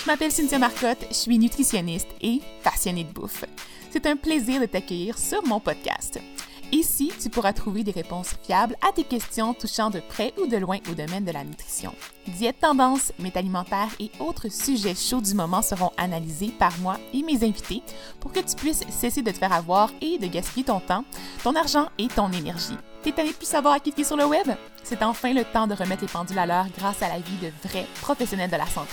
m'appelle Cynthia Marcotte, je suis nutritionniste et passionnée de bouffe. C'est un plaisir de t'accueillir sur mon podcast. Ici, tu pourras trouver des réponses fiables à tes questions touchant de près ou de loin au domaine de la nutrition. Diète tendance, méta alimentaire et autres sujets chauds du moment seront analysés par moi et mes invités pour que tu puisses cesser de te faire avoir et de gaspiller ton temps, ton argent et ton énergie. T'es tanné de plus savoir à qui te fier sur le web? C'est enfin le temps de remettre les pendules à l'heure grâce à la vie de vrais professionnels de la santé.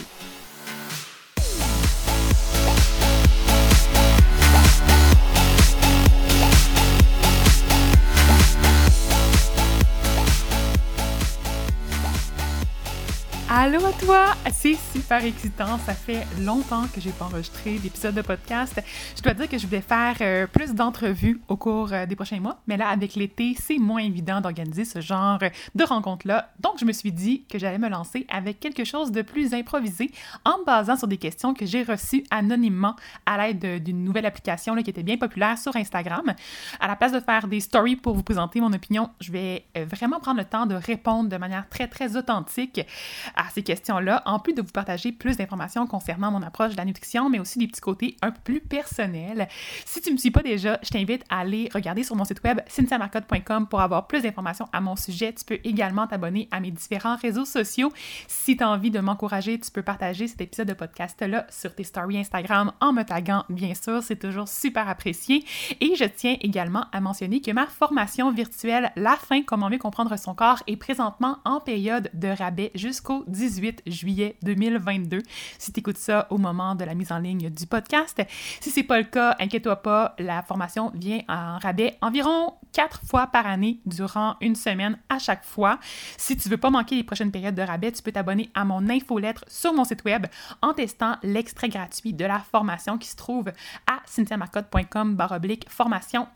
Allô à toi! C'est super excitant. Ça fait longtemps que j'ai pas enregistré d'épisode de podcast. Je dois dire que je voulais faire plus d'entrevues au cours des prochains mois, mais là, avec l'été, c'est moins évident d'organiser ce genre de rencontres-là. Donc, je me suis dit que j'allais me lancer avec quelque chose de plus improvisé en me basant sur des questions que j'ai reçues anonymement à l'aide d'une nouvelle application là, qui était bien populaire sur Instagram. À la place de faire des stories pour vous présenter mon opinion, je vais vraiment prendre le temps de répondre de manière très, très authentique à ces questions-là, en plus de vous partager plus d'informations concernant mon approche de la nutrition, mais aussi des petits côtés un peu plus personnels. Si tu ne me suis pas déjà, je t'invite à aller regarder sur mon site web cynthiamarcotte.com pour avoir plus d'informations à mon sujet. Tu peux également t'abonner à mes différents réseaux sociaux. Si tu as envie de m'encourager, tu peux partager cet épisode de podcast-là sur tes stories Instagram en me taguant, bien sûr, c'est toujours super apprécié. Et je tiens également à mentionner que ma formation virtuelle La Faim, comment mieux comprendre son corps, est présentement en période de rabais jusqu'au 18 juillet 2022, si tu écoutes ça au moment de la mise en ligne du podcast. Si c'est pas le cas, inquiète-toi pas, la formation vient en rabais environ 4 fois par année durant une semaine à chaque fois. Si tu veux pas manquer les prochaines périodes de rabais, tu peux t'abonner à mon infolettre sur mon site web en testant l'extrait gratuit de la formation qui se trouve à cynthiamarcotte.com/formation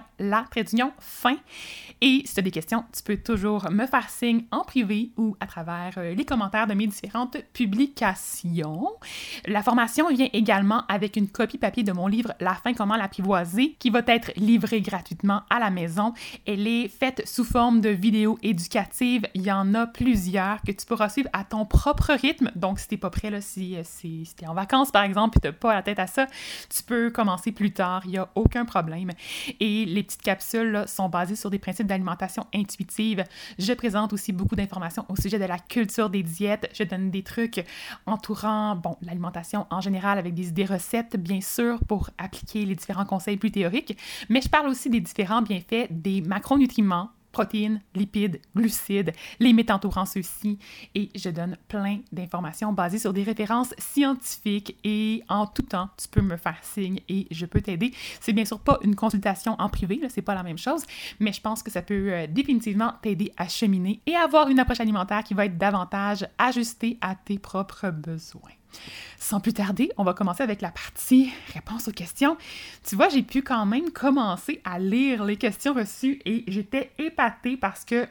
faim. Et si tu as des questions, tu peux toujours me faire signe en privé ou à travers les commentaires de mes différentes publications. La formation vient également avec une copie papier de mon livre La faim, comment l'apprivoiser, qui va être livrée gratuitement à la maison. Elle est faite sous forme de vidéos éducatives. Il y en a plusieurs que tu pourras suivre à ton propre rythme. Donc, si t'es pas prêt, là, si t'es en vacances, par exemple, et t'as pas la tête à ça, tu peux commencer plus tard. Il n'y a aucun problème. Et les petites capsules là, sont basées sur des principes d'alimentation intuitive. Je présente aussi beaucoup d'informations au sujet de la culture des diètes. Je donne des trucs entourant l'alimentation en général avec des idées recettes, bien sûr, pour appliquer les différents conseils plus théoriques. Mais je parle aussi des différents bienfaits des macronutriments, protéines, lipides, glucides, les mythes entourant ceux-ci, et je donne plein d'informations basées sur des références scientifiques et en tout temps, tu peux me faire signe et je peux t'aider. C'est bien sûr pas une consultation en privé, là, c'est pas la même chose, mais je pense que ça peut définitivement t'aider à cheminer et avoir une approche alimentaire qui va être davantage ajustée à tes propres besoins. Sans plus tarder, on va commencer avec la partie réponse aux questions. Tu vois, j'ai pu quand même commencer à lire les questions reçues et j'étais épatée parce que,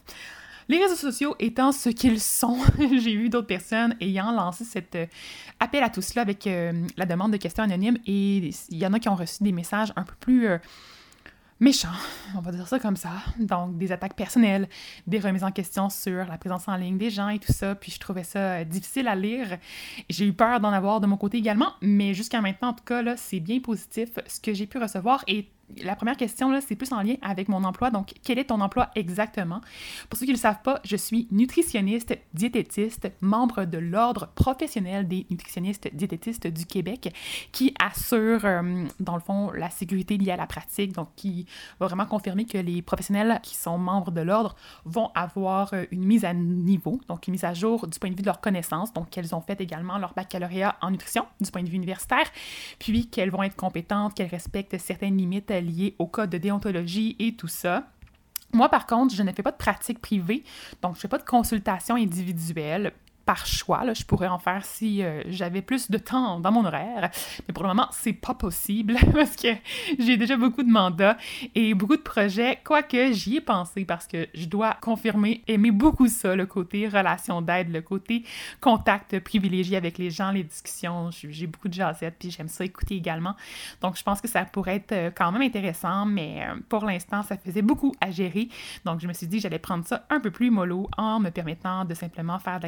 les réseaux sociaux étant ce qu'ils sont, j'ai vu d'autres personnes ayant lancé cet appel à tout cela avec la demande de questions anonymes et il y en a qui ont reçu des messages un peu plus méchants, on va dire ça comme ça. Donc, des attaques personnelles, des remises en question sur la présence en ligne des gens et tout ça. Puis, je trouvais ça difficile à lire. J'ai eu peur d'en avoir de mon côté également, mais jusqu'à maintenant, en tout cas, là, c'est bien positif ce que j'ai pu recevoir. Et la première question, là, c'est plus en lien avec mon emploi. Donc, quel est ton emploi exactement? Pour ceux qui ne le savent pas, je suis nutritionniste, diététiste, membre de l'Ordre professionnel des nutritionnistes diététistes du Québec, qui assure, dans le fond, la sécurité liée à la pratique. Donc, qui va vraiment confirmer que les professionnels qui sont membres de l'Ordre vont avoir une mise à niveau, donc une mise à jour du point de vue de leurs connaissances. Donc, qu'elles ont fait également leur baccalauréat en nutrition du point de vue universitaire, puis qu'elles vont être compétentes, qu'elles respectent certaines limites liées au code de déontologie et tout ça. Moi, par contre, je ne fais pas de pratique privée, donc je ne fais pas de consultation individuelle. Par choix, là, je pourrais en faire si j'avais plus de temps dans mon horaire. Mais pour le moment, c'est pas possible parce que j'ai déjà beaucoup de mandats et beaucoup de projets. Quoique, j'y ai pensé parce que je dois confirmer, aimer beaucoup ça, le côté relation d'aide, le côté contact privilégié avec les gens, les discussions. J'ai beaucoup de jasettes puis j'aime ça écouter également. Donc, je pense que ça pourrait être quand même intéressant, mais pour l'instant, ça faisait beaucoup à gérer. Donc, je me suis dit que j'allais prendre ça un peu plus mollo en me permettant de simplement faire de la création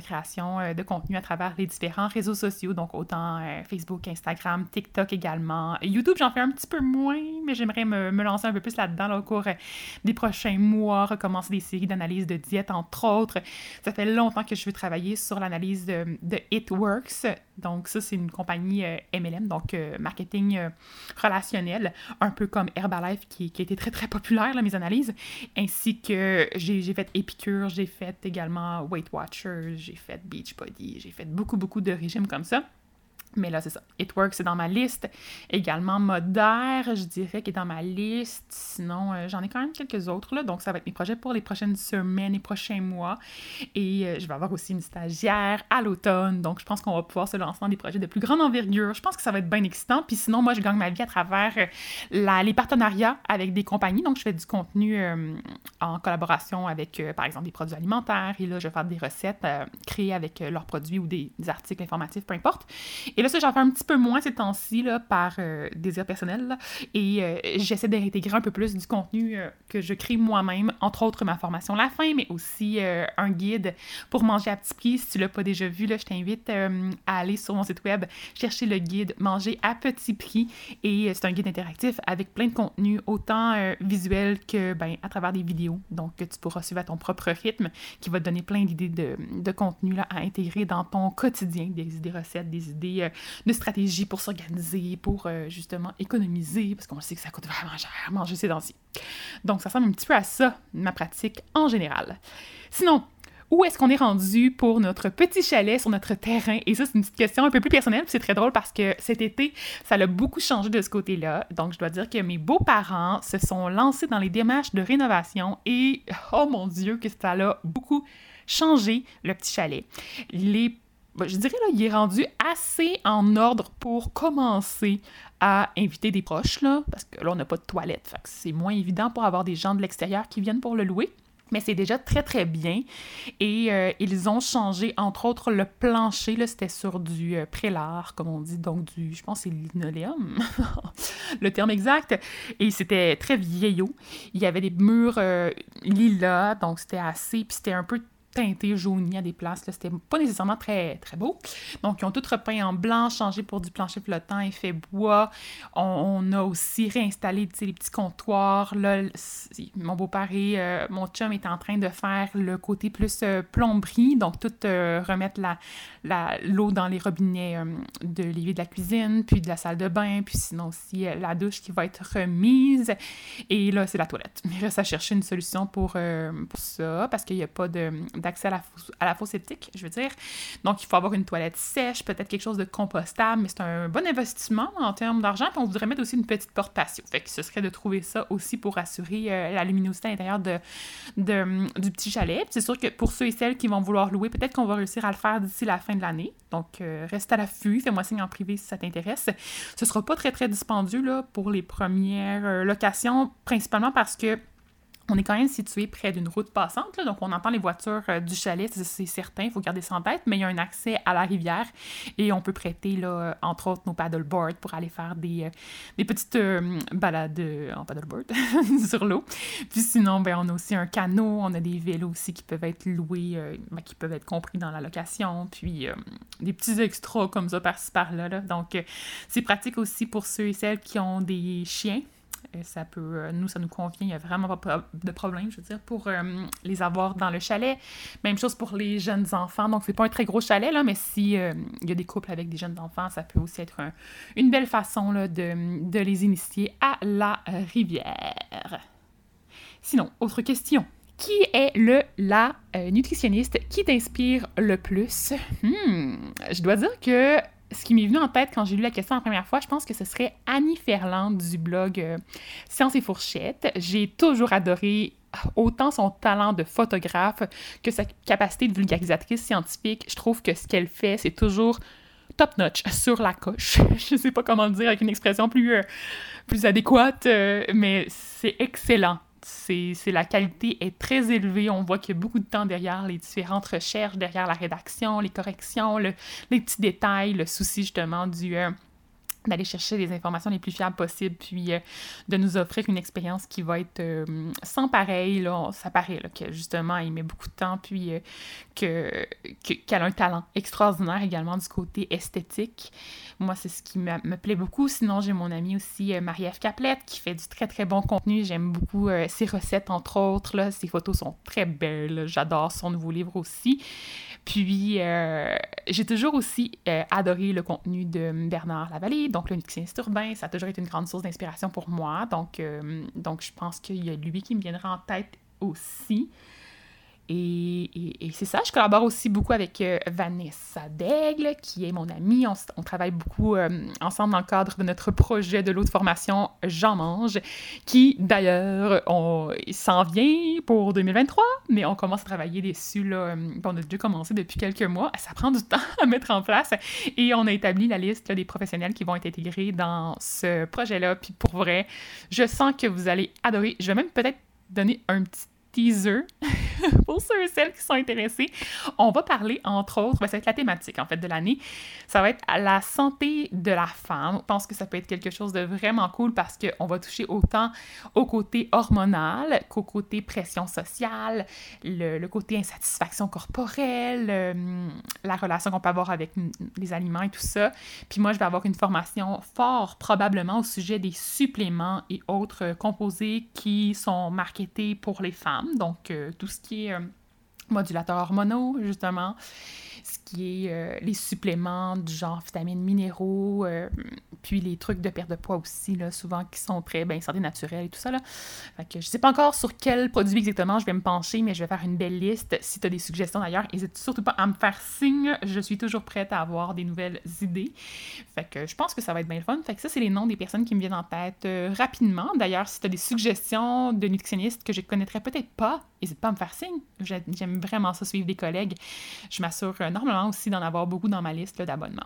création de contenu à travers les différents réseaux sociaux, donc autant Facebook, Instagram, TikTok également. YouTube, j'en fais un petit peu moins, mais j'aimerais me lancer un peu plus là-dedans là, au cours des prochains mois, recommencer des séries d'analyse de diète, entre autres. Ça fait longtemps que je veux travailler sur l'analyse de It Works. Donc ça, c'est une compagnie MLM, donc marketing relationnel, un peu comme Herbalife qui a été très, très populaire, là, mes analyses, ainsi que j'ai fait Épicure, j'ai fait également Weight Watchers, j'ai fait Beachbody, j'ai fait beaucoup, beaucoup de régimes comme ça. Mais là, c'est ça. It Works, c'est dans ma liste. Également, Modère, je dirais, qui est dans ma liste. Sinon, j'en ai quand même quelques autres, là. Donc, ça va être mes projets pour les prochaines semaines et prochains mois. Et je vais avoir aussi une stagiaire à l'automne. Donc, je pense qu'on va pouvoir se lancer dans des projets de plus grande envergure. Je pense que ça va être bien excitant. Puis sinon, moi, je gagne ma vie à travers les partenariats avec des compagnies. Donc, je fais du contenu en collaboration avec, par exemple, des produits alimentaires. Et là, je vais faire des recettes créées avec leurs produits ou des articles informatifs, peu importe. Et là, ça, j'en fais un petit peu moins ces temps-ci, là, par désir personnel, là, et j'essaie de réintégrer un peu plus du contenu que je crée moi-même, entre autres ma formation La Faim, mais aussi un guide pour manger à petit prix. Si tu l'as pas déjà vu, là, je t'invite à aller sur mon site web, chercher le guide Manger à petit prix, et c'est un guide interactif avec plein de contenu, autant visuel que à travers des vidéos, donc que tu pourras suivre à ton propre rythme, qui va te donner plein d'idées de contenu là, à intégrer dans ton quotidien, des idées recettes, des idées de stratégie pour s'organiser, pour justement économiser, parce qu'on sait que ça coûte vraiment cher manger ces temps-ci. Donc, ça ressemble un petit peu à ça, ma pratique en général. Sinon, où est-ce qu'on est rendu pour notre petit chalet sur notre terrain? Et ça, c'est une petite question un peu plus personnelle, puis c'est très drôle parce que cet été, ça a beaucoup changé de ce côté-là. Donc, je dois dire que mes beaux-parents se sont lancés dans les démarches de rénovation et, oh mon Dieu, que ça a beaucoup changé, le petit chalet. Je dirais, là, il est rendu assez en ordre pour commencer à inviter des proches, là, parce que là, on n'a pas de toilette, fait que c'est moins évident pour avoir des gens de l'extérieur qui viennent pour le louer. Mais c'est déjà très, très bien. Et ils ont changé, entre autres, le plancher, là, c'était sur du prélar, comme on dit, donc je pense que c'est linoléum, le terme exact. Et c'était très vieillot. Il y avait des murs lilas, donc c'était assez, puis c'était un peu teinté jauni à des places, là, c'était pas nécessairement très, très beau. Donc, ils ont tout repeint en blanc, changé pour du plancher flottant, effet bois. On a aussi réinstallé, les petits comptoirs. Là, mon beau-père et mon chum est en train de faire le côté plus plomberie, donc tout remettre l'eau dans les robinets de l'évier de la cuisine, puis de la salle de bain, puis sinon aussi la douche qui va être remise. Et là, c'est la toilette. Il reste à chercher une solution pour ça, parce qu'il n'y a pas d'accès à la fosse septique, je veux dire. Donc, il faut avoir une toilette sèche, peut-être quelque chose de compostable, mais c'est un bon investissement en termes d'argent. Puis on voudrait mettre aussi une petite porte patio. Fait que ce serait de trouver ça aussi pour assurer la luminosité à l'intérieur du petit chalet. Puis c'est sûr que pour ceux et celles qui vont vouloir louer, peut-être qu'on va réussir à le faire d'ici la fin de l'année. Donc, reste à l'affût, fais-moi signe en privé si ça t'intéresse. Ce sera pas très, très dispendieux là, pour les premières locations, principalement parce que on est quand même situé près d'une route passante, là, donc on entend les voitures du chalet, c'est certain, il faut garder ça en tête, mais il y a un accès à la rivière et on peut prêter, là, entre autres, nos paddleboards pour aller faire des petites balades en paddleboard sur l'eau. Puis sinon, on a aussi un canot, on a des vélos aussi qui peuvent être loués, qui peuvent être compris dans la location, puis des petits extras comme ça par-ci par-là. Là. Donc, c'est pratique aussi pour ceux et celles qui ont des chiens. Ça nous convient, il n'y a vraiment pas de problème, je veux dire, pour les avoir dans le chalet. Même chose pour les jeunes enfants, donc c'est pas un très gros chalet, là, mais si il y a des couples avec des jeunes enfants, ça peut aussi être une belle façon là, de les initier à la rivière. Sinon, autre question. Qui est la nutritionniste qui t'inspire le plus? Je dois dire que ce qui m'est venu en tête quand j'ai lu la question la première fois, je pense que ce serait Annie Ferland du blog Science et Fourchette. J'ai toujours adoré autant son talent de photographe que sa capacité de vulgarisatrice scientifique. Je trouve que ce qu'elle fait, c'est toujours top-notch, sur la coche. Je sais pas comment le dire avec une expression plus adéquate, mais c'est excellent. La qualité est très élevée. On voit qu'il y a beaucoup de temps derrière les différentes recherches, derrière la rédaction, les corrections, les petits détails, le souci justement d'aller chercher les informations les plus fiables possibles, puis de nous offrir une expérience qui va être sans pareil. Là, ça paraît là, que justement, il met beaucoup de temps, puis qu'elle a un talent extraordinaire également du côté esthétique. Moi, c'est ce qui me plaît beaucoup. Sinon, j'ai mon amie aussi, Marie-Ève Caplette, qui fait du très, très bon contenu. J'aime beaucoup ses recettes, entre autres. Là. Ses photos sont très belles. Là. J'adore son nouveau livre aussi. Puis, j'ai toujours aussi adoré le contenu de Bernard Lavallée, donc le nutritionniste urbain. Ça a toujours été une grande source d'inspiration pour moi. Donc je pense qu'il y a lui qui me viendra en tête aussi. Et c'est ça, je collabore aussi beaucoup avec Vanessa Daigle, qui est mon amie. On travaille beaucoup ensemble dans le cadre de notre projet de l'eau de formation J'en mange, qui d'ailleurs, s'en vient pour 2023, mais on commence à travailler dessus, là. On a déjà commencé depuis quelques mois. Ça prend du temps à mettre en place et on a établi la liste là, des professionnels qui vont être intégrés dans ce projet-là. Puis pour vrai, je sens que vous allez adorer. Je vais même peut-être donner un petit teaser pour ceux et celles qui sont intéressés. On va parler, entre autres, ça va être la thématique, en fait, de l'année. Ça va être la santé de la femme. Je pense que ça peut être quelque chose de vraiment cool parce qu'on va toucher autant au côté hormonal qu'au côté pression sociale, le côté insatisfaction corporelle, la relation qu'on peut avoir avec les aliments et tout ça. Puis moi, je vais avoir une formation fort probablement au sujet des suppléments et autres composés qui sont marketés pour les femmes. Donc, tout ce qui est modulateurs hormonaux, justement, ce qui est les suppléments du genre vitamines, minéraux, puis les trucs de perte de poids aussi, là, souvent qui sont très santé naturelle et tout ça. Là. Fait que je sais pas encore sur quel produit exactement je vais me pencher, mais je vais faire une belle liste. Si tu as des suggestions d'ailleurs, n'hésite surtout pas à me faire signe. Je suis toujours prête à avoir des nouvelles idées. Fait que je pense que ça va être bien le fun. Fait que ça, c'est les noms des personnes qui me viennent en tête rapidement. D'ailleurs, si tu as des suggestions de nutritionnistes que je connaîtrais peut-être pas, n'hésite pas à me faire signe. J'aime vraiment ça, suivre des collègues. Je m'assure normalement aussi d'en avoir beaucoup dans ma liste d'abonnements.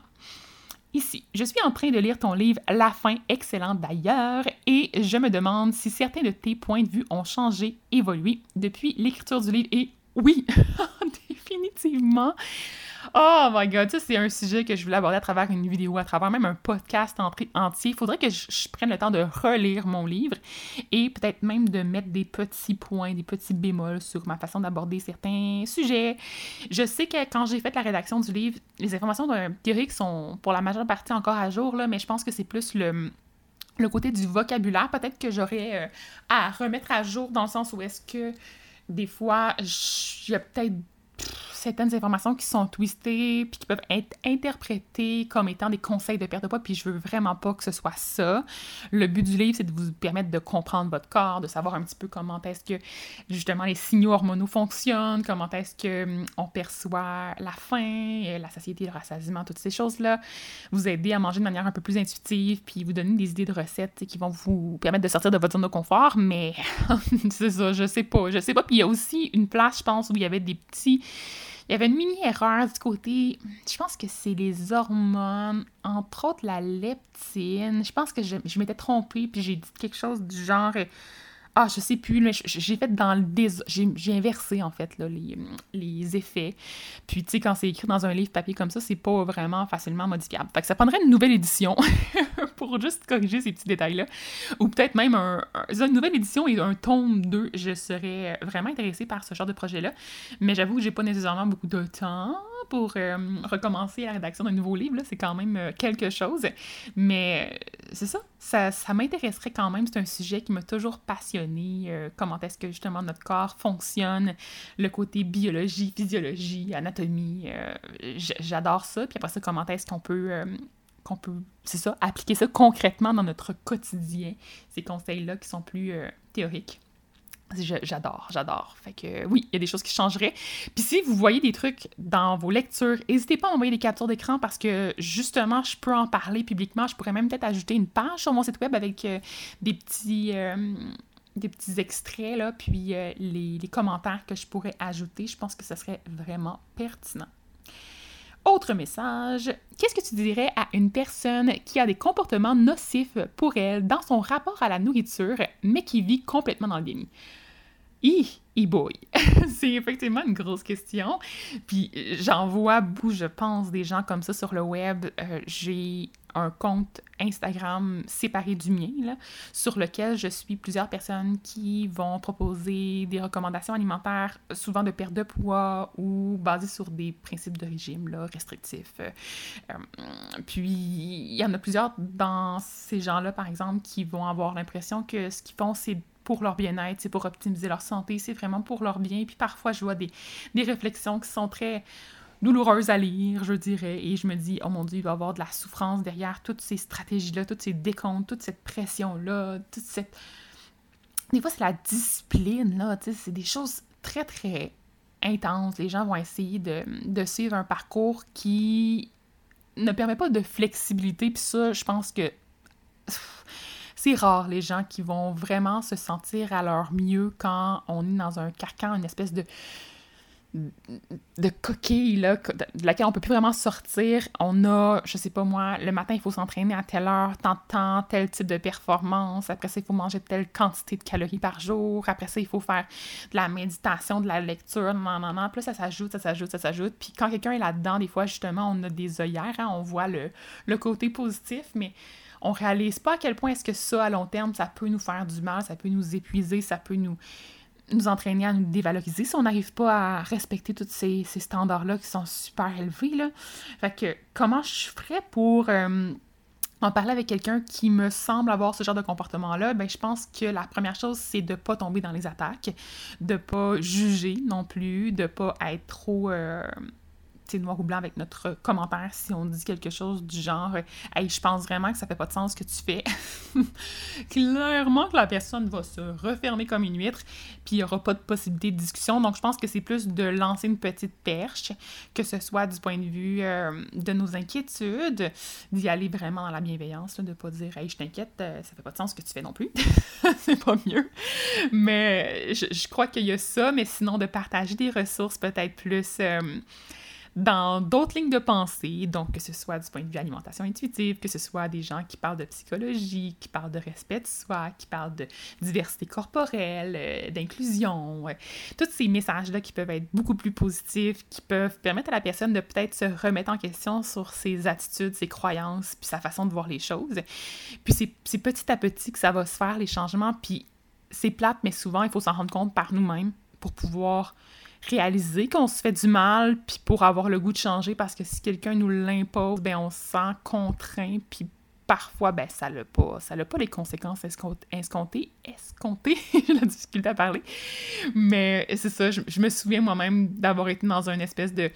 Ici, je suis en train de lire ton livre « La fin, excellente d'ailleurs » et je me demande si certains de tes points de vue ont changé, évolué depuis l'écriture du livre. Et oui, définitivement! Oh my God, ça c'est un sujet que je voulais aborder à travers une vidéo, à travers même un podcast entier. Il faudrait que je prenne le temps de relire mon livre et peut-être même de mettre des petits points, des petits bémols sur ma façon d'aborder certains sujets. Je sais que quand j'ai fait la rédaction du livre, les informations théoriques sont pour la majeure partie encore à jour, là, mais je pense que c'est plus le côté du vocabulaire, peut-être que j'aurais à remettre à jour dans le sens où est-ce que des fois, il y a peut-être certaines informations qui sont twistées puis qui peuvent être interprétées comme étant des conseils de perte de poids, puis je veux vraiment pas que ce soit ça. Le but du livre, c'est de vous permettre de comprendre votre corps, de savoir un petit peu comment est-ce que, justement, les signaux hormonaux fonctionnent, comment est-ce qu'on perçoit la faim, la satiété, le rassasiement, toutes ces choses-là. Vous aider à manger de manière un peu plus intuitive, puis vous donner des idées de recettes qui vont vous permettre de sortir de votre zone de confort, mais c'est ça, je sais pas. Puis il y a aussi une place, je pense, où il y avait il y avait une mini-erreur du côté, je pense que c'est les hormones, entre autres la leptine. Je pense que je m'étais trompée, puis j'ai dit quelque chose du genre... je sais plus, mais j'ai fait dans le j'ai inversé, en fait, là, les effets. Puis, tu sais, quand c'est écrit dans un livre papier comme ça, c'est pas vraiment facilement modifiable. Fait que ça prendrait une nouvelle édition pour juste corriger ces petits détails-là. Ou peut-être même une nouvelle édition et un tome 2. Je serais vraiment intéressée par ce genre de projet-là. Mais j'avoue que j'ai pas nécessairement beaucoup de temps pour recommencer la rédaction d'un nouveau livre. Là. C'est quand même quelque chose. Mais c'est ça. Ça m'intéresserait quand même. C'est un sujet qui m'a toujours passionnée. Comment est-ce que justement notre corps fonctionne, le côté biologie, physiologie, anatomie. J'adore ça. Puis après ça, comment est-ce qu'on peut c'est ça, appliquer ça concrètement dans notre quotidien. Ces conseils-là qui sont plus théoriques. J'adore. Fait que oui, il y a des choses qui changeraient. Puis si vous voyez des trucs dans vos lectures, n'hésitez pas à envoyer des captures d'écran parce que justement, je peux en parler publiquement. Je pourrais même peut-être ajouter une page sur mon site web avec des petits extraits, là, puis les commentaires que je pourrais ajouter. Je pense que ce serait vraiment pertinent. Autre message, qu'est-ce que tu dirais à une personne qui a des comportements nocifs pour elle dans son rapport à la nourriture, mais qui vit complètement dans le déni? Boy! C'est effectivement une grosse question. Puis j'en vois beaucoup, je pense, des gens comme ça sur le web. J'ai un compte Instagram séparé du mien, là, sur lequel je suis plusieurs personnes qui vont proposer des recommandations alimentaires, souvent de perte de poids ou basées sur des principes de régime là, restrictifs. Puis, il y en a plusieurs dans ces gens-là, par exemple, qui vont avoir l'impression que ce qu'ils font, c'est pour leur bien-être, c'est pour optimiser leur santé, c'est vraiment pour leur bien. Puis parfois, je vois des réflexions qui sont très douloureuse à lire, je dirais, et je me dis, oh mon Dieu, il va y avoir de la souffrance derrière toutes ces stratégies-là, toutes ces décomptes, toute cette pression-là, toute cette... Des fois, c'est la discipline, là, tu sais, c'est des choses très, très intenses. Les gens vont essayer de suivre un parcours qui ne permet pas de flexibilité, puis ça, je pense que c'est rare, les gens qui vont vraiment se sentir à leur mieux quand on est dans un carcan, une espèce de coquille, là, de laquelle on peut plus vraiment sortir. On a, je sais pas moi, le matin, il faut s'entraîner à telle heure, tant, tel type de performance. Après ça, il faut manger telle quantité de calories par jour. Après ça, il faut faire de la méditation, de la lecture, non. Puis là, ça s'ajoute. Puis quand quelqu'un est là-dedans, des fois, justement, on a des œillères, hein, on voit le côté positif, mais on réalise pas à quel point est-ce que ça, à long terme, ça peut nous faire du mal, ça peut nous épuiser, ça peut nous entraîner à nous dévaloriser si on n'arrive pas à respecter tous ces standards-là qui sont super élevés, là. Fait que, comment je ferais pour en parler avec quelqu'un qui me semble avoir ce genre de comportement-là? Ben, je pense que la première chose, c'est de pas tomber dans les attaques, de pas juger non plus, de pas être trop... noir ou blanc avec notre commentaire si on dit quelque chose du genre « Hey, je pense vraiment que ça fait pas de sens ce que tu fais. » Clairement que la personne va se refermer comme une huître, puis il n'y aura pas de possibilité de discussion. Donc, je pense que c'est plus de lancer une petite perche, que ce soit du point de vue de nos inquiétudes, d'y aller vraiment dans la bienveillance, là, de pas dire « Hey, je t'inquiète, ça fait pas de sens ce que tu fais non plus. » C'est pas mieux. Mais je crois qu'il y a ça, mais sinon de partager des ressources peut-être plus... dans d'autres lignes de pensée, donc que ce soit du point de vue alimentation intuitive, que ce soit des gens qui parlent de psychologie, qui parlent de respect de soi, qui parlent de diversité corporelle, d'inclusion, tous ces messages-là qui peuvent être beaucoup plus positifs, qui peuvent permettre à la personne de peut-être se remettre en question sur ses attitudes, ses croyances, puis sa façon de voir les choses. Puis c'est petit à petit que ça va se faire, les changements, puis c'est plate, mais souvent, il faut s'en rendre compte par nous-mêmes pour pouvoir réaliser qu'on se fait du mal, puis pour avoir le goût de changer, parce que si quelqu'un nous l'impose, ben on se sent contraint, puis parfois, ben ça n'a pas les conséquences escomptées, j'ai la difficulté à parler, mais c'est ça, je me souviens moi-même d'avoir été dans une espèce de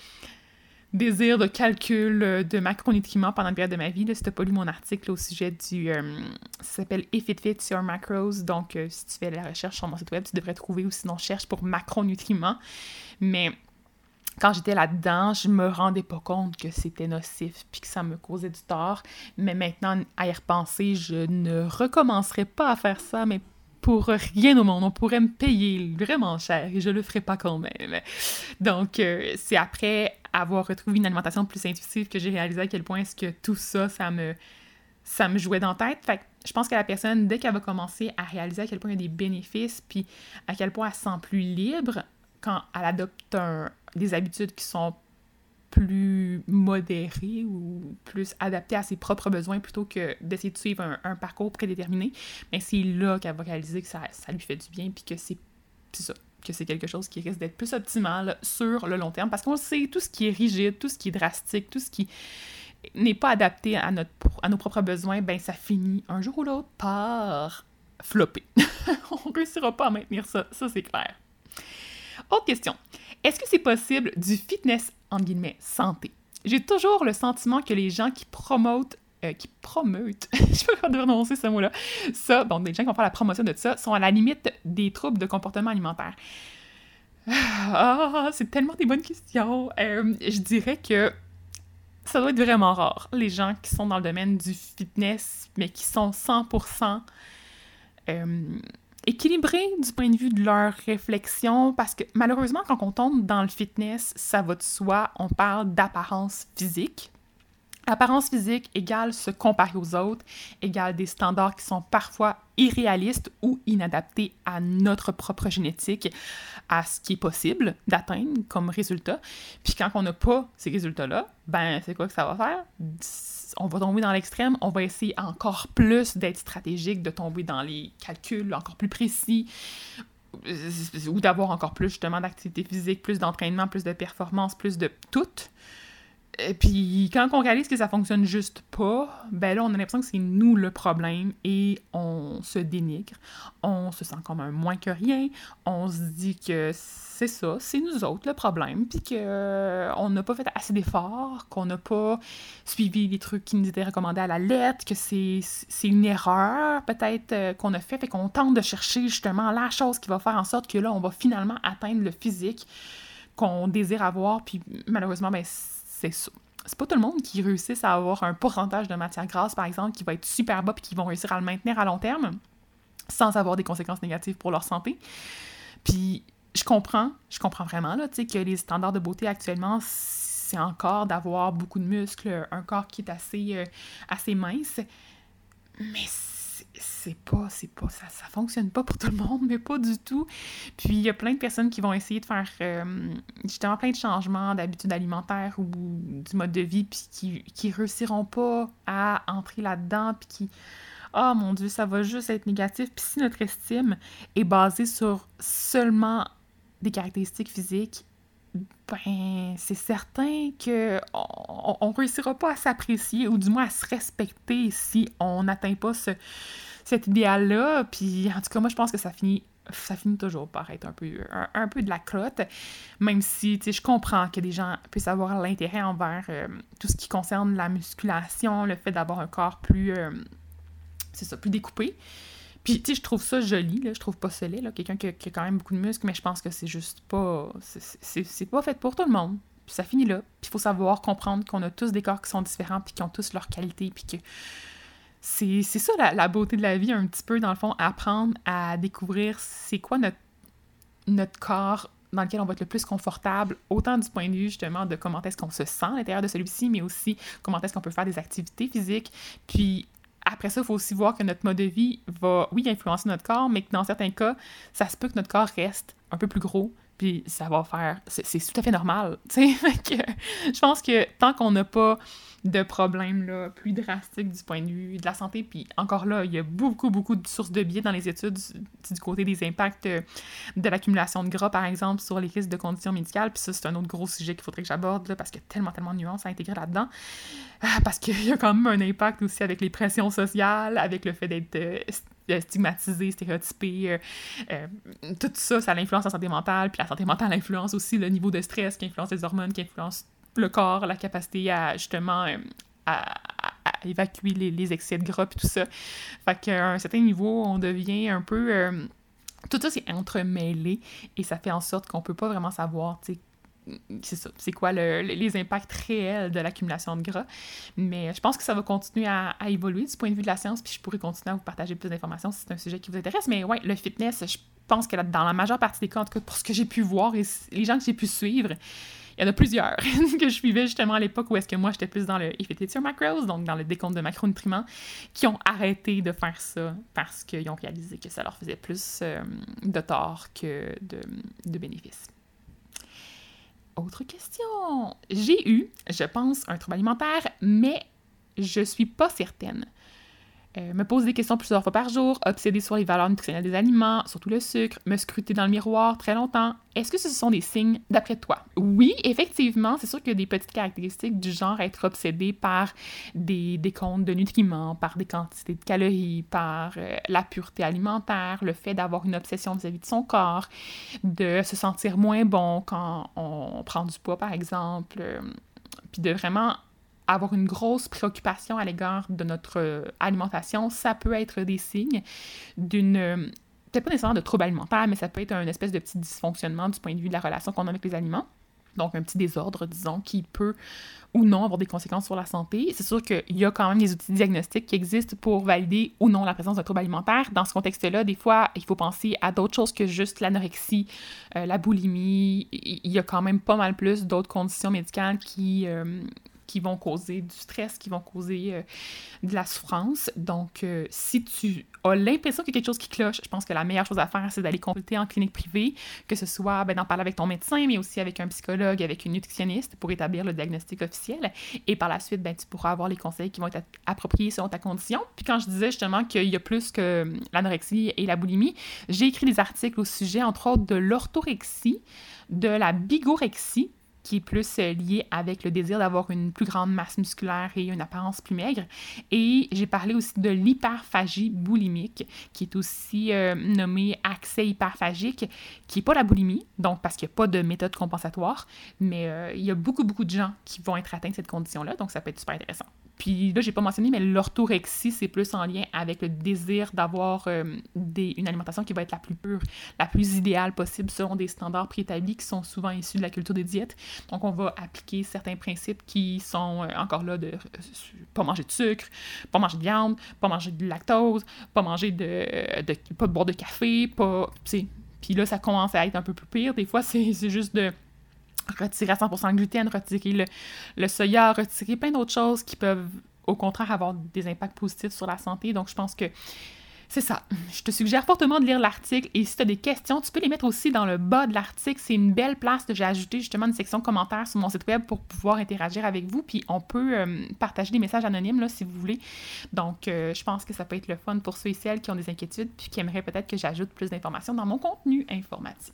désir de calcul de macronutriments pendant une période de ma vie. Là, si tu n'as pas lu mon article là, au sujet du... ça s'appelle « If it fits your macros », donc si tu fais la recherche sur mon site web, tu devrais trouver, ou sinon cherche pour macronutriments. Mais quand j'étais là-dedans, je me rendais pas compte que c'était nocif puis que ça me causait du tort. Mais maintenant, à y repenser, je ne recommencerai pas à faire ça, mais pour rien au monde. On pourrait me payer vraiment cher et je le ferais pas quand même. Donc, c'est après avoir retrouvé une alimentation plus intuitive que j'ai réalisé à quel point est-ce que tout ça, ça me jouait dans la tête. Fait que je pense que la personne, dès qu'elle va commencer à réaliser à quel point il y a des bénéfices puis à quel point elle se sent plus libre quand elle adopte des habitudes qui sont plus modéré ou plus adapté à ses propres besoins plutôt que d'essayer de suivre un parcours prédéterminé, mais c'est là qu'elle va réaliser que ça lui fait du bien puis que c'est ça, que c'est quelque chose qui risque d'être plus optimal sur le long terme parce qu'on sait tout ce qui est rigide, tout ce qui est drastique, tout ce qui n'est pas adapté à nos propres besoins, ben ça finit un jour ou l'autre par flopper. On ne réussira pas à maintenir ça c'est clair. Autre question. Est-ce que c'est possible du fitness, entre guillemets, santé? J'ai toujours le sentiment que les gens qui promotent, je sais pas comment prononcer ce mot-là, ça, donc des gens qui vont faire la promotion de ça, sont à la limite des troubles de comportement alimentaire. C'est tellement des bonnes questions. Je dirais que ça doit être vraiment rare, les gens qui sont dans le domaine du fitness, mais qui sont 100% équilibrés du point de vue de leur réflexion, parce que malheureusement, quand on tombe dans le fitness, ça va de soi, on parle d'apparence physique. Apparence physique égale se comparer aux autres, égale des standards qui sont parfois irréalistes ou inadaptés à notre propre génétique, à ce qui est possible d'atteindre comme résultat. Puis quand on n'a pas ces résultats-là, ben c'est quoi que ça va faire? on va tomber dans l'extrême, on va essayer encore plus d'être stratégique, de tomber dans les calculs encore plus précis, ou d'avoir encore plus justement d'activité physique, plus d'entraînement, plus de performance, plus de tout. Et puis, quand on réalise que ça fonctionne juste pas, ben là, on a l'impression que c'est nous le problème et on se dénigre. On se sent comme un moins que rien. On se dit que c'est ça, c'est nous autres le problème, puis qu'on n'a pas fait assez d'efforts, qu'on n'a pas suivi les trucs qui nous étaient recommandés à la lettre, que c'est une erreur peut-être qu'on a fait qu'on tente de chercher justement la chose qui va faire en sorte que là, on va finalement atteindre le physique qu'on désire avoir, puis malheureusement, ben c'est ça. C'est pas tout le monde qui réussisse à avoir un pourcentage de matière grasse, par exemple, qui va être super bas puis qui vont réussir à le maintenir à long terme sans avoir des conséquences négatives pour leur santé. Puis je comprends vraiment là, que les standards de beauté actuellement, c'est encore d'avoir beaucoup de muscles, un corps qui est assez mince, mais ça fonctionne pas pour tout le monde, mais pas du tout. Puis il y a plein de personnes qui vont essayer de faire justement plein de changements d'habitudes alimentaires ou du mode de vie, puis qui réussiront pas à entrer là-dedans, puis qui... Oh mon Dieu, ça va juste être négatif. Puis si notre estime est basée sur seulement des caractéristiques physiques, ben c'est certain qu'on ne réussira pas à s'apprécier ou du moins à se respecter si on n'atteint pas cet idéal-là. Puis en tout cas, moi je pense que ça finit toujours par être un peu de la crotte, même si je comprends que des gens puissent avoir l'intérêt envers tout ce qui concerne la musculation, le fait d'avoir un corps plus découpé. Puis, je trouve ça joli, là, je trouve pas ça laid, là, quelqu'un qui a quand même beaucoup de muscles, mais je pense que c'est juste pas... C'est pas fait pour tout le monde. Puis ça finit là. Puis il faut savoir comprendre qu'on a tous des corps qui sont différents, puis qui ont tous leurs qualités, puis que c'est ça la beauté de la vie, un petit peu, dans le fond, apprendre à découvrir c'est quoi notre corps dans lequel on va être le plus confortable, autant du point de vue, justement, de comment est-ce qu'on se sent à l'intérieur de celui-ci, mais aussi comment est-ce qu'on peut faire des activités physiques, puis... Après ça, il faut aussi voir que notre mode de vie va, oui, influencer notre corps, mais que dans certains cas, ça se peut que notre corps reste un peu plus gros, puis ça va faire... C'est tout à fait normal, tu sais. Je pense que tant qu'on n'a pas de problèmes là, plus drastiques du point de vue de la santé, puis encore là, il y a beaucoup de sources de biais dans les études du côté des impacts de l'accumulation de gras, par exemple, sur les risques de conditions médicales, puis ça, c'est un autre gros sujet qu'il faudrait que j'aborde, là, parce qu'il y a tellement de nuances à intégrer là-dedans, parce qu'il y a quand même un impact aussi avec les pressions sociales, avec le fait d'être stigmatisé, stéréotypé, tout ça, ça influence la santé mentale, puis la santé mentale influence aussi le niveau de stress, qui influence les hormones, qui influence le corps, la capacité à, justement, à évacuer les excès de gras, puis tout ça. Fait qu'à un certain niveau, on devient un peu... tout ça, c'est entremêlé, et ça fait en sorte qu'on peut pas vraiment savoir, tu sais, c'est ça, c'est quoi les impacts réels de l'accumulation de gras. Mais je pense que ça va continuer à évoluer du point de vue de la science, puis je pourrais continuer à vous partager plus d'informations si c'est un sujet qui vous intéresse. Mais ouais, le fitness, je pense que dans la majeure partie des cas, en tout cas pour ce que j'ai pu voir et les gens que j'ai pu suivre, il y en a plusieurs que je suivais justement à l'époque où est-ce que moi j'étais plus dans le If It Hits Your Macros, donc dans le décompte de macronutriments, qui ont arrêté de faire ça parce qu'ils ont réalisé que ça leur faisait plus de tort que de bénéfices. Autre question. J'ai eu, je pense, un trouble alimentaire, mais je suis pas certaine. Me poser des questions plusieurs fois par jour, obséder sur les valeurs nutritionnelles des aliments, surtout le sucre, me scruter dans le miroir très longtemps. Est-ce que ce sont des signes d'après toi? Oui, effectivement, c'est sûr qu'il y a des petites caractéristiques du genre être obsédé par des décomptes de nutriments, par des quantités de calories, par la pureté alimentaire, le fait d'avoir une obsession vis-à-vis de son corps, de se sentir moins bon quand on prend du poids, par exemple, puis de vraiment avoir une grosse préoccupation à l'égard de notre alimentation, ça peut être des signes d'une... peut-être pas nécessairement de trouble alimentaire, mais ça peut être un espèce de petit dysfonctionnement du point de vue de la relation qu'on a avec les aliments. Donc, un petit désordre, disons, qui peut ou non avoir des conséquences sur la santé. C'est sûr qu'il y a quand même des outils diagnostiques qui existent pour valider ou non la présence d'un trouble alimentaire. Dans ce contexte-là, des fois, il faut penser à d'autres choses que juste l'anorexie, la boulimie. Il y a quand même pas mal plus d'autres conditions médicales qui qui vont causer du stress, qui vont causer de la souffrance. Donc, si tu as l'impression qu'il y a quelque chose qui cloche, je pense que la meilleure chose à faire, c'est d'aller consulter en clinique privée, que ce soit d'en parler avec ton médecin, mais aussi avec un psychologue, avec une nutritionniste pour établir le diagnostic officiel. Et par la suite, tu pourras avoir les conseils qui vont être appropriés selon ta condition. Puis quand je disais justement qu'il y a plus que l'anorexie et la boulimie, j'ai écrit des articles au sujet, entre autres, de l'orthorexie, de la bigorexie, qui est plus lié avec le désir d'avoir une plus grande masse musculaire et une apparence plus maigre. Et j'ai parlé aussi de l'hyperphagie boulimique, qui est aussi nommée accès hyperphagique, qui n'est pas la boulimie, donc parce qu'il n'y a pas de méthode compensatoire, mais il y a beaucoup de gens qui vont être atteints de cette condition-là, donc ça peut être super intéressant. Puis là, j'ai pas mentionné, mais l'orthorexie, c'est plus en lien avec le désir d'avoir une alimentation qui va être la plus pure, la plus idéale possible selon des standards préétablis qui sont souvent issus de la culture des diètes. Donc, on va appliquer certains principes qui sont encore là de pas manger de sucre, pas manger de viande, pas manger de lactose, pas manger pas boire de café, pas... Puis là, ça commence à être un peu plus pire. Des fois, c'est juste de retirer à 100% le gluten, retirer le soya, retirer plein d'autres choses qui peuvent, au contraire, avoir des impacts positifs sur la santé. Donc, je pense que c'est ça. Je te suggère fortement de lire l'article et si tu as des questions, tu peux les mettre aussi dans le bas de l'article. C'est une belle place. J'ai ajouté justement une section commentaires sur mon site web pour pouvoir interagir avec vous. Puis on peut partager des messages anonymes là, si vous voulez. Donc, je pense que ça peut être le fun pour ceux et celles qui ont des inquiétudes puis qui aimeraient peut-être que j'ajoute plus d'informations dans mon contenu informatif.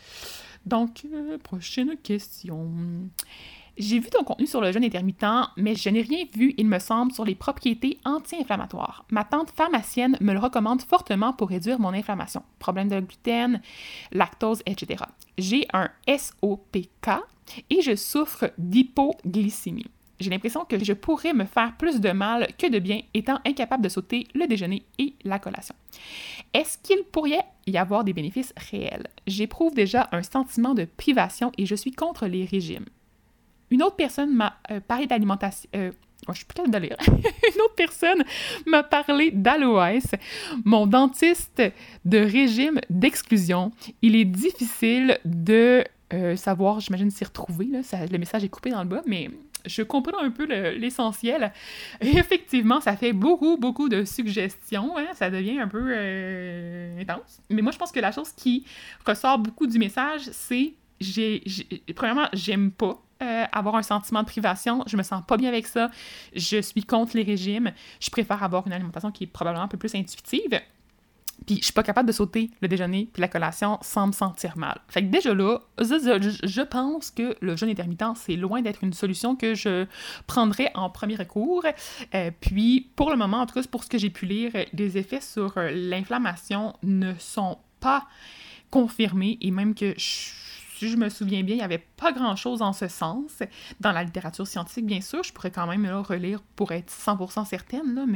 Donc, prochaine question. J'ai vu ton contenu sur le jeûne intermittent, mais je n'ai rien vu, il me semble, sur les propriétés anti-inflammatoires. Ma tante pharmacienne me le recommande fortement pour réduire mon inflammation. Problème de gluten, lactose, etc. J'ai un SOPK et je souffre d'hypoglycémie. J'ai l'impression que je pourrais me faire plus de mal que de bien, étant incapable de sauter le déjeuner et la collation. Est-ce qu'il pourrait y avoir des bénéfices réels? J'éprouve déjà un sentiment de privation et je suis contre les régimes. Une autre personne m'a parlé d'alimentation... je suis plus capable de lire. Une autre personne m'a parlé d'aloès, mon dentiste de régime d'exclusion. Il est difficile de savoir, j'imagine, s'y retrouver. Là. Le message est coupé dans le bas, mais je comprends un peu l'essentiel. Et effectivement, ça fait beaucoup de suggestions. Hein? Ça devient un peu intense. Mais moi, je pense que la chose qui ressort beaucoup du message, c'est premièrement, j'aime pas avoir un sentiment de privation. Je me sens pas bien avec ça. Je suis contre les régimes. Je préfère avoir une alimentation qui est probablement un peu plus intuitive. Puis je suis pas capable de sauter le déjeuner puis la collation sans me sentir mal. Fait que déjà là, je pense que le jeûne intermittent, c'est loin d'être une solution que je prendrais en premier recours. Puis pour le moment, en tout cas, pour ce que j'ai pu lire, les effets sur l'inflammation ne sont pas confirmés et même que si je me souviens bien, il n'y avait pas grand-chose en ce sens. Dans la littérature scientifique, bien sûr, je pourrais quand même là, relire pour être 100% certaine, là,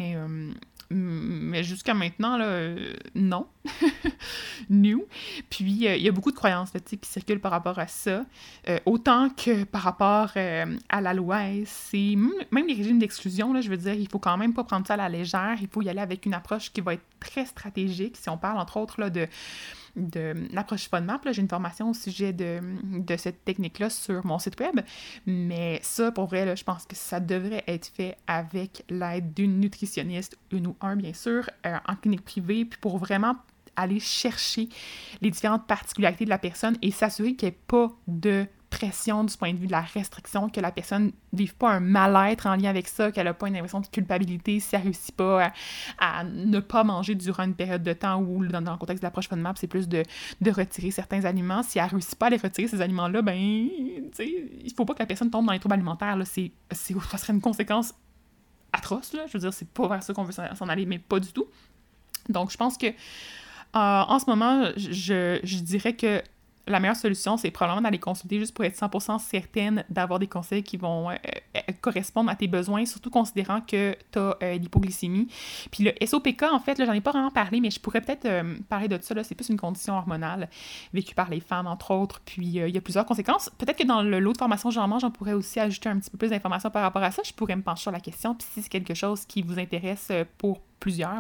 mais jusqu'à maintenant, là, non. New. Puis, il y a beaucoup de croyances là, qui circulent par rapport à ça. Autant que par rapport à l'aloès, même les régimes d'exclusion, là, je veux dire, il faut quand même pas prendre ça à la légère. Il faut y aller avec une approche qui va être très stratégique. Si on parle, entre autres, là, de l'approche FODMAP. J'ai une formation au sujet de cette technique-là sur mon site web, mais ça, pour vrai, là, je pense que ça devrait être fait avec l'aide d'une nutritionniste, une ou un, bien sûr, en clinique privée, puis pour vraiment aller chercher les différentes particularités de la personne et s'assurer qu'il n'y ait pas de pression du point de vue de la restriction, que la personne ne vive pas un mal-être en lien avec ça, qu'elle n'a pas une impression de culpabilité si elle ne réussit pas à ne pas manger durant une période de temps où, dans le contexte de l'approche FODMAP, c'est plus de retirer certains aliments. Si elle ne réussit pas à les retirer, ces aliments-là, ben, tu sais, il ne faut pas que la personne tombe dans les troubles alimentaires. Là. Ça serait une conséquence atroce, là. Je veux dire, c'est pas vers ça qu'on veut s'en aller, mais pas du tout. Donc, je pense que en ce moment, je dirais que la meilleure solution, c'est probablement d'aller consulter juste pour être 100% certaine d'avoir des conseils qui vont correspondre à tes besoins, surtout considérant que tu as l'hypoglycémie. Puis le SOPK, en fait, là, j'en ai pas vraiment parlé, mais je pourrais peut-être parler de ça. Là, c'est plus une condition hormonale vécue par les femmes, entre autres. Puis il y a plusieurs conséquences. Peut-être que dans le lot de formation J'en mange, j'en pourrais aussi ajouter un petit peu plus d'informations par rapport à ça. Je pourrais me pencher sur la question. Puis si c'est quelque chose qui vous intéresse pour plusieurs,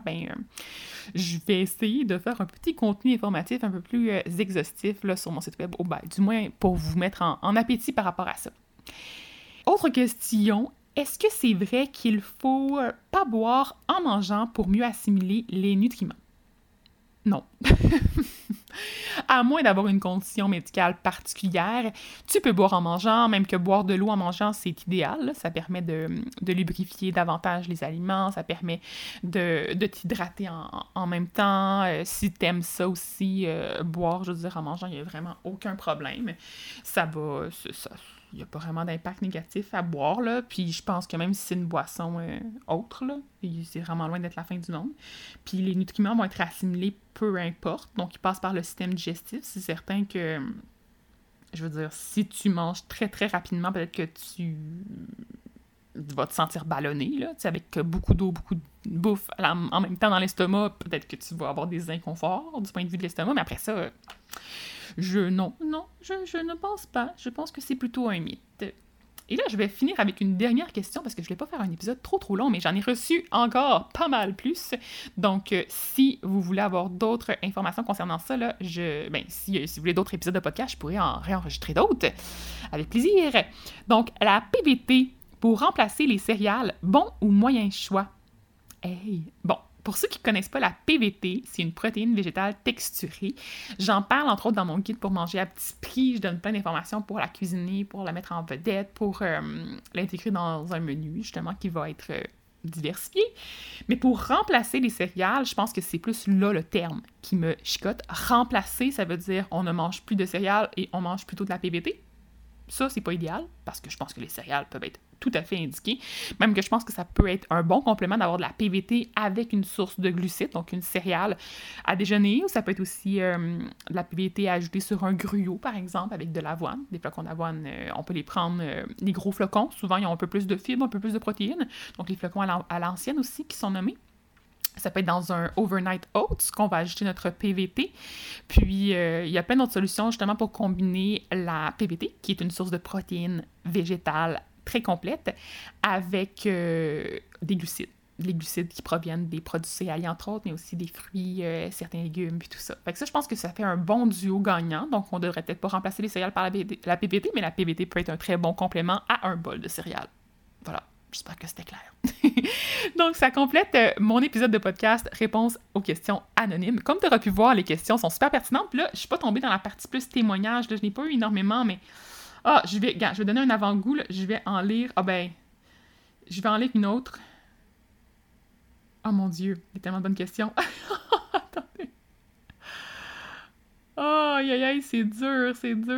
je vais essayer de faire un petit contenu informatif un peu plus exhaustif là, sur mon site web, du moins pour vous mettre en appétit par rapport à ça. Autre question, est-ce que c'est vrai qu'il faut pas boire en mangeant pour mieux assimiler les nutriments? Non. À moins d'avoir une condition médicale particulière, tu peux boire en mangeant, même que boire de l'eau en mangeant, c'est idéal. Là. Ça permet de lubrifier davantage les aliments, ça permet de t'hydrater en même temps. Si t'aimes ça aussi, boire, je veux dire, en mangeant, il n'y a vraiment aucun problème. Ça va... Il n'y a pas vraiment d'impact négatif à boire, là. Puis je pense que même si c'est une boisson autre, là, c'est vraiment loin d'être la fin du monde. Puis les nutriments vont être assimilés peu importe. Donc, ils passent par le système digestif. C'est certain que, je veux dire, si tu manges très, très rapidement, peut-être que tu vas te sentir ballonné, là. Tu sais, avec beaucoup d'eau, beaucoup de bouffe en même temps dans l'estomac, peut-être que tu vas avoir des inconforts du point de vue de l'estomac. Mais après ça... je ne pense pas. Je pense que c'est plutôt un mythe. Et là, je vais finir avec une dernière question parce que je ne voulais pas faire un épisode trop long, mais j'en ai reçu encore pas mal plus. Donc, si vous voulez avoir d'autres informations concernant ça, là, si vous voulez d'autres épisodes de podcast, je pourrais en réenregistrer d'autres. Avec plaisir. Donc, la PVT pour remplacer les céréales, bon ou moyen choix? Hey! Bon. Pour ceux qui ne connaissent pas la PVT, c'est une protéine végétale texturée. J'en parle entre autres dans mon guide pour manger à petit prix. Je donne plein d'informations pour la cuisiner, pour la mettre en vedette, pour l'intégrer dans un menu, justement, qui va être diversifié. Mais pour remplacer les céréales, je pense que c'est plus là le terme qui me chicote. Remplacer, ça veut dire on ne mange plus de céréales et on mange plutôt de la PVT. Ça, c'est pas idéal, parce que je pense que les céréales peuvent être tout à fait indiquées. Même que je pense que ça peut être un bon complément d'avoir de la PVT avec une source de glucides, donc une céréale à déjeuner, ou ça peut être aussi de la PVT à ajouter sur un gruau, par exemple, avec de l'avoine. Des flocons d'avoine, on peut les prendre, les gros flocons, souvent ils ont un peu plus de fibres, un peu plus de protéines, donc les flocons à l'ancienne aussi qui sont nommés. Ça peut être dans un overnight oats qu'on va ajouter notre PVT. Puis, il y a plein d'autres solutions justement pour combiner la PVT, qui est une source de protéines végétales très complète, avec des glucides. Les glucides qui proviennent des produits céréaliers, entre autres, mais aussi des fruits, certains légumes, puis tout ça. Fait que ça, je pense que ça fait un bon duo gagnant. Donc, on devrait peut-être pas remplacer les céréales par la PVT, mais la PVT peut être un très bon complément à un bol de céréales. Voilà. J'espère que c'était clair. Donc, ça complète mon épisode de podcast Réponse aux questions anonymes. Comme tu auras pu voir, les questions sont super pertinentes. Puis là, je suis pas tombée dans la partie plus témoignage. Là, je n'ai pas eu énormément, mais... je vais donner un avant-goût. Là. Je vais en lire... je vais en lire une autre. Oh mon Dieu, il y a tellement de bonnes questions. Attendez. Oh, aïe, aïe, c'est dur.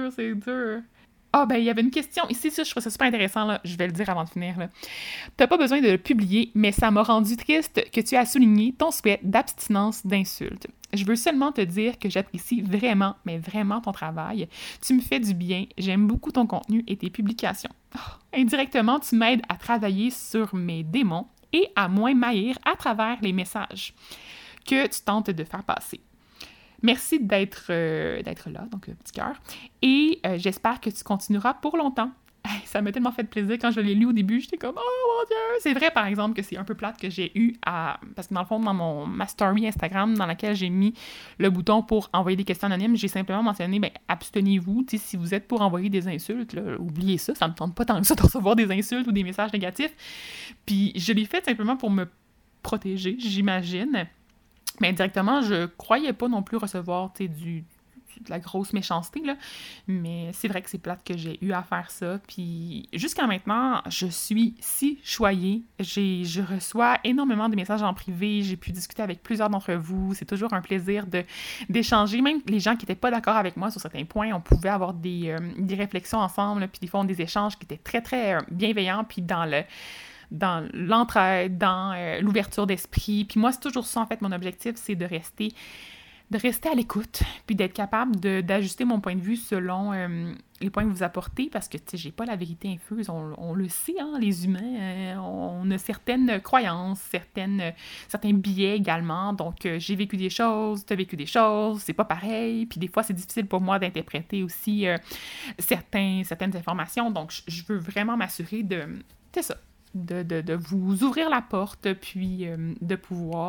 Il y avait une question. Ici, ça, je trouve ça super intéressant, là. Je vais le dire avant de finir, là. T'as pas besoin de le publier, mais ça m'a rendu triste que tu as souligné ton souhait d'abstinence d'insultes. Je veux seulement te dire que j'apprécie vraiment, mais vraiment ton travail. Tu me fais du bien. J'aime beaucoup ton contenu et tes publications. Indirectement, tu m'aides à travailler sur mes démons et à moins m'haïr à travers les messages que tu tentes de faire passer. Merci d'être là, donc petit cœur. Et j'espère que tu continueras pour longtemps. Ça m'a tellement fait plaisir quand je l'ai lu au début. J'étais comme « Oh mon Dieu! » C'est vrai, par exemple, que c'est un peu plate que j'ai eu à... Parce que dans le fond, dans ma story Instagram, dans laquelle j'ai mis le bouton pour envoyer des questions anonymes, j'ai simplement mentionné « Abstenez-vous. » Tu sais, si vous êtes pour envoyer des insultes, là, oubliez ça. Ça me tente pas tant que ça de recevoir des insultes ou des messages négatifs. Puis je l'ai fait simplement pour me protéger, j'imagine. Mais directement, je croyais pas non plus recevoir de la grosse méchanceté, là. Mais c'est vrai que c'est plate que j'ai eu à faire ça. Puis jusqu'à maintenant, je suis si choyée. Je reçois énormément de messages en privé. J'ai pu discuter avec plusieurs d'entre vous. C'est toujours un plaisir d'échanger. Même les gens qui n'étaient pas d'accord avec moi sur certains points, on pouvait avoir des réflexions ensemble. Là, puis des fois, des échanges qui étaient très, très bienveillants. Puis dans l'entraide, dans l'ouverture d'esprit. Puis moi, c'est toujours ça, en fait, mon objectif, c'est de rester à l'écoute, puis d'être capable d'ajuster mon point de vue selon les points que vous apportez, parce que, tu sais, j'ai pas la vérité infuse, on le sait, hein, les humains, on a certaines croyances, certains biais également, donc j'ai vécu des choses, t'as vécu des choses, c'est pas pareil, puis des fois, c'est difficile pour moi d'interpréter aussi certaines informations, donc je veux vraiment m'assurer c'est ça, de vous ouvrir la porte, puis de pouvoir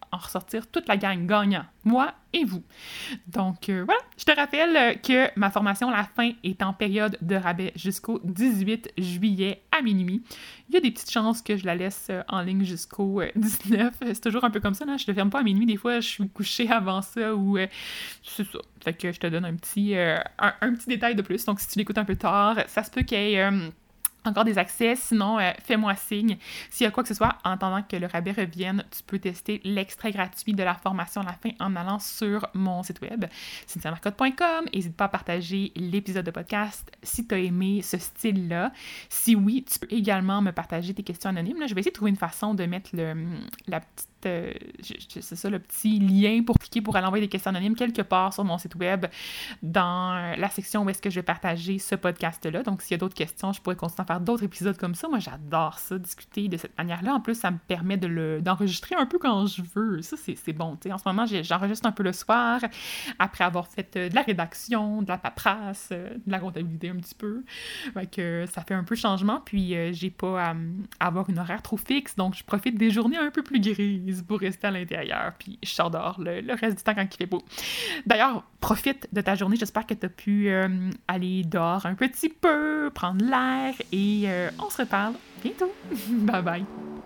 en ressortir toute la gang gagnant, moi et vous. Donc voilà, je te rappelle que ma formation La Fin est en période de rabais jusqu'au 18 juillet à minuit. Il y a des petites chances que je la laisse en ligne jusqu'au 19. C'est toujours un peu comme ça, là. Je ne le ferme pas à minuit. Des fois, je suis couchée avant ça ou c'est ça. Fait que je te donne un petit détail de plus. Donc, si tu l'écoutes un peu tard, ça se peut qu'il y ait encore des accès. Sinon, fais-moi signe. S'il y a quoi que ce soit, en attendant que le rabais revienne, tu peux tester l'extrait gratuit de la formation La Fin en allant sur mon site web, cynthiamarcotte.com. N'hésite pas à partager l'épisode de podcast si tu as aimé ce style-là. Si oui, tu peux également me partager tes questions anonymes. Là, je vais essayer de trouver une façon de mettre la petite c'est ça, le petit lien pour cliquer pour aller envoyer des questions anonymes quelque part sur mon site web dans la section où est-ce que je vais partager ce podcast-là. Donc, s'il y a d'autres questions, je pourrais continuer à faire d'autres épisodes comme ça. Moi, j'adore ça, discuter de cette manière-là. En plus, ça me permet d'enregistrer un peu quand je veux. Ça, c'est bon. T'sais. En ce moment, j'enregistre un peu le soir, après avoir fait de la rédaction, de la paperasse, de la comptabilité un petit peu. Fait que ça fait un peu changement, puis j'ai pas à avoir une horaire trop fixe, donc je profite des journées un peu plus grises pour rester à l'intérieur, puis je sors dehors le reste du temps quand il fait beau. D'ailleurs, profite de ta journée, j'espère que tu as pu aller dehors un petit peu, prendre l'air, et on se reparle bientôt. Bye bye!